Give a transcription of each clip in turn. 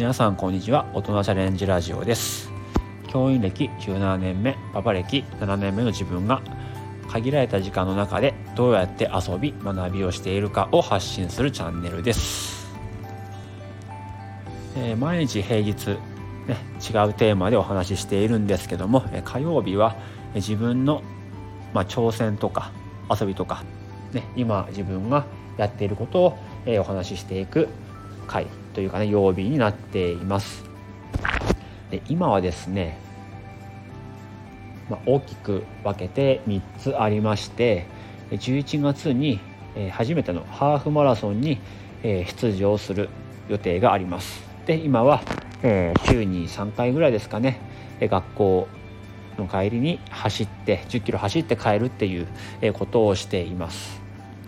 皆さんこんにちは。大人チャレンジラジオです。教員歴17年目、パパ歴7年目の自分が限られた時間の中でどうやって遊び学びをしているかを発信するチャンネルです。毎日平日、違うテーマでお話ししているんですけども、火曜日は自分の、挑戦とか遊びとか、今自分がやっていることを、お話ししていく回というか曜日になっています。で今はですね、大きく分けて3つありまして、11月に初めてのハーフマラソンに出場する予定があります。で今は週に3回ぐらいですかね、学校の帰りに走って10キロ走って帰るっていうことをしています。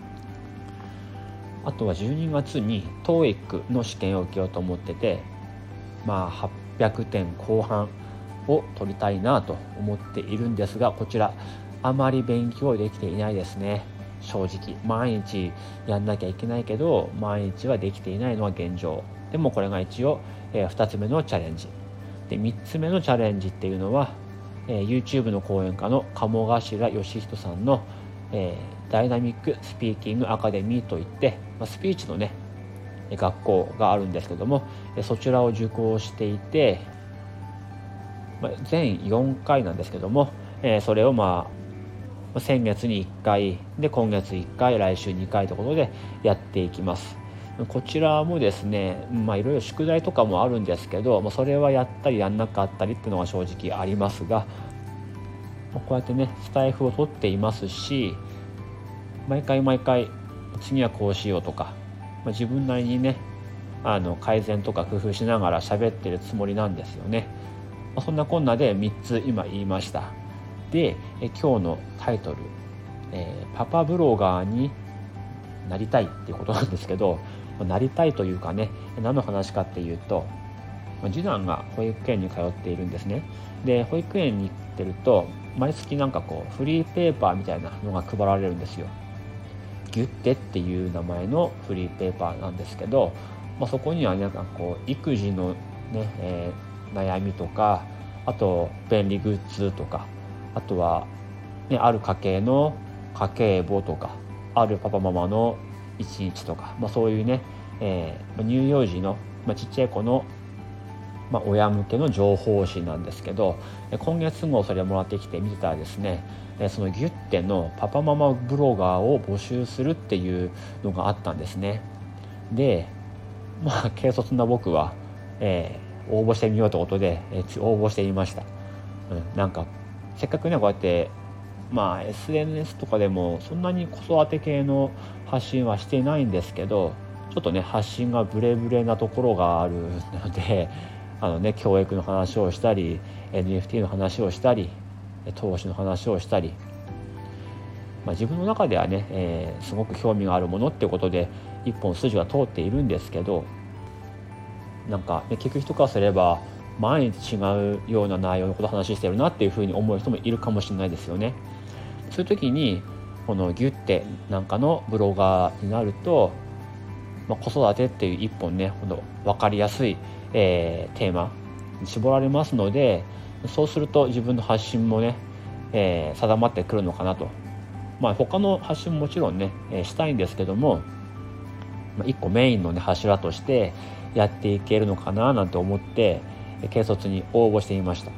あとは12月に TOEIC の試験を受けようと思ってて、800点後半を取りたいなと思っているんですが、こちらあまり勉強できていないですね。正直毎日やんなきゃいけないけど毎日はできていないのが現状でも、これが一応2つ目のチャレンジで、3つ目のチャレンジっていうのは、YouTube の講演家の鴨頭義人さんの、ダイナミックスピーキングアカデミーといって、スピーチのね学校があるんですけども、そちらを受講していて、全4回なんですけども、それを先月に1回で今月1回来週2回ということでやっていきます。こちらもですね、いろいろ宿題とかもあるんですけど、それはやったりやんなかったりっていうのが正直ありますが、こうやってねスタイフを取っていますし、毎回次はこうしようとか、自分なりにね改善とか工夫しながら喋ってるつもりなんですよね。そんなこんなで3つ今言いました。で今日のタイトル、パパブロガーになりたいっていうことなんですけど、なりたいというかね、何の話かっていうと、次男が保育園に通っているんですね。で保育園に行ってると毎月フリーペーパーみたいなのが配られるんですよ。ギュッテっていう名前のフリーペーパーなんですけど、そこには育児のね、悩みとか、あと便利グッズとか、あとは、ある家系の家計簿とか、あるパパママの一日とか、そういうね、乳幼児の、ちっちゃい子の、親向けの情報誌なんですけど、今月号それをもらってきて見てたらですね、そのギュッテのパパママブロガーを募集するっていうのがあったんですね。で軽率な僕は、応募してみようということで、応募してみました。せっかくねこうやってSNS とかでもそんなに子育て系の発信はしていないんですけど、ちょっとね発信がブレブレなところがあるので、教育の話をしたり NFT の話をしたり投資の話をしたり、自分の中ではね、すごく興味があるものっていうことで一本筋が通っているんですけど、聞く人からすれば毎日違うような内容のことを話してるなっていうふうに思う人もいるかもしれないですよね。そういう時にこのギュッテなんかのブロガーになると、子育てっていう一本ね分かりやすい、テーマに絞られますので、そうすると自分の発信もね、定まってくるのかなと。他の発信ももちろんね、したいんですけども、一個メインのね柱としてやっていけるのかななんて思って軽率に応募してみました。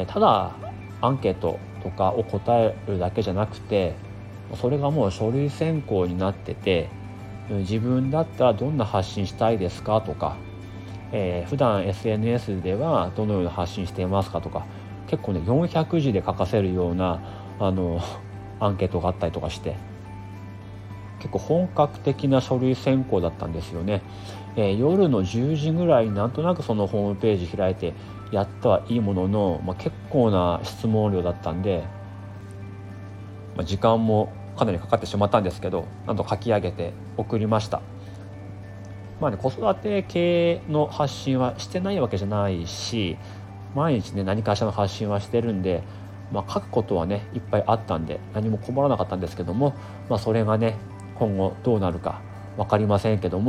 ただアンケートとかを答えるだけじゃなくて、それがもう書類選考になってて、自分だったらどんな発信したいですかとか、普段 SNS ではどのような発信していますかとか、結構ね400字で書かせるようなアンケートがあったりとかして、結構本格的な書類選考だったんですよね。夜の10時ぐらいになんとなくそのホームページ開いてやったはいいものの、結構な質問量だったんで、時間もかなりかかってしまったんですけど、なんと書き上げて送りました。子育て系の発信はしてないわけじゃないし、毎日ね何かしらの発信はしてるんで、書くことはねいっぱいあったんで何も困らなかったんですけども、それがね今後どうなるか分かりませんけども、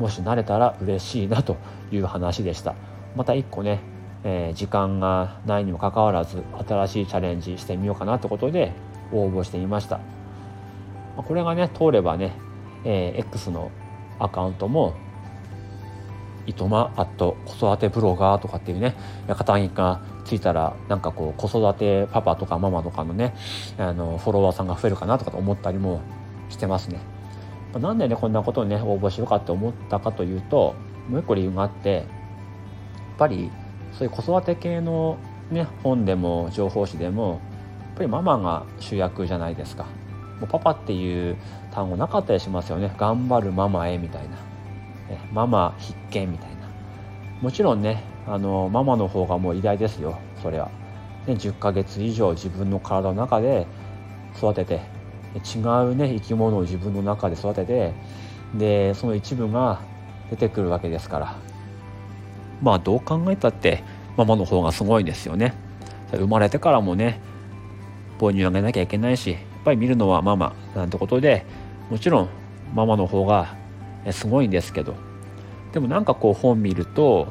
もしなれたら嬉しいなという話でした。また一個ね、時間がないにもかかわらず新しいチャレンジしてみようかなということで応募してみました。これがね通ればね、X のアカウントもいとま子育てブロガーとかっていうね肩書きがついたら、なんかこう子育てパパとかママとかのねフォロワーさんが増えるかなとかと思ったりもしてますね。なんでねこんなことをね応募しようかって思ったかというと、もう一個理由があって、やっぱりそういう子育て系のね本でも情報誌でもやっぱりママが主役じゃないですか。もうパパっていう単語なかったりしますよね。頑張るママへみたいな、ママ必見みたいな。もちろんねママの方がもう偉大ですよ。それは、ね、10ヶ月以上自分の体の中で育てて、違うね生き物を自分の中で育てて、でその一部が出てくるわけですから、どう考えたってママの方がすごいですよね。生まれてからもね母乳あげなきゃいけないし、やっぱり見るのはママなんてことで、もちろんママの方がすごいんですけど、でもなんかこう本見ると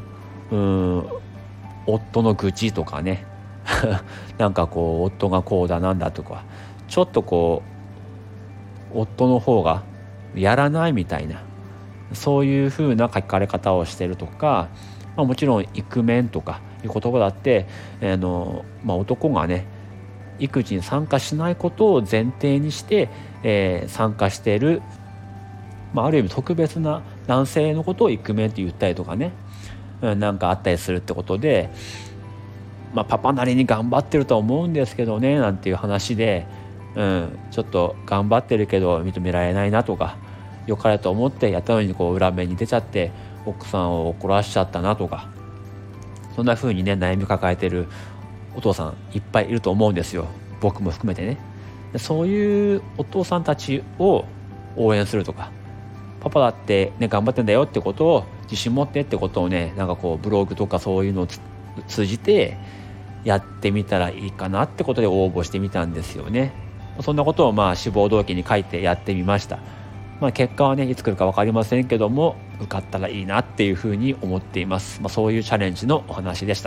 夫の愚痴とかねなんかこう夫がこうだなんだとか、ちょっとこう夫の方がやらないみたいな、そういう風な書かれ方をしてるとか、もちろんイクメンとかいう言葉だって、男がね育児に参加しないことを前提にして、参加している、ある意味特別な男性のことをイクメンって言ったりとかね、なんかあったりするってことで、パパなりに頑張ってるとは思うんですけどねなんていう話で、ちょっと頑張ってるけど認められないなとか、良かれと思ってやったのにこう裏目に出ちゃって奥さんを怒らしちゃったなとか、そんな風にね悩み抱えてるお父さんいっぱいいると思うんですよ。僕も含めてね。そういうお父さんたちを応援するとか、パパだってね頑張ってんだよってことを自信持ってってことをね、なんかこうブログとかそういうのを通じてやってみたらいいかなってことで応募してみたんですよね。そんなことを志望動機に書いてやってみました。結果はねいつ来るか分かりませんけども、受かったらいいなっていうふうに思っています。そういうチャレンジのお話でした。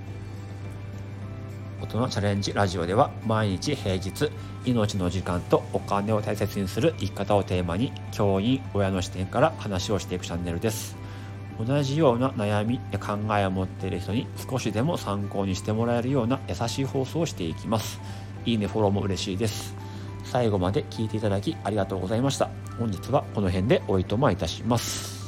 大人チャレンジラジオでは毎日平日、命の時間とお金を大切にする生き方をテーマに、教員親の視点から話をしていくチャンネルです。同じような悩みや考えを持っている人に少しでも参考にしてもらえるような優しい放送をしていきます。いいねフォローも嬉しいです。最後まで聞いていただきありがとうございました。本日はこの辺でおいとまいたします。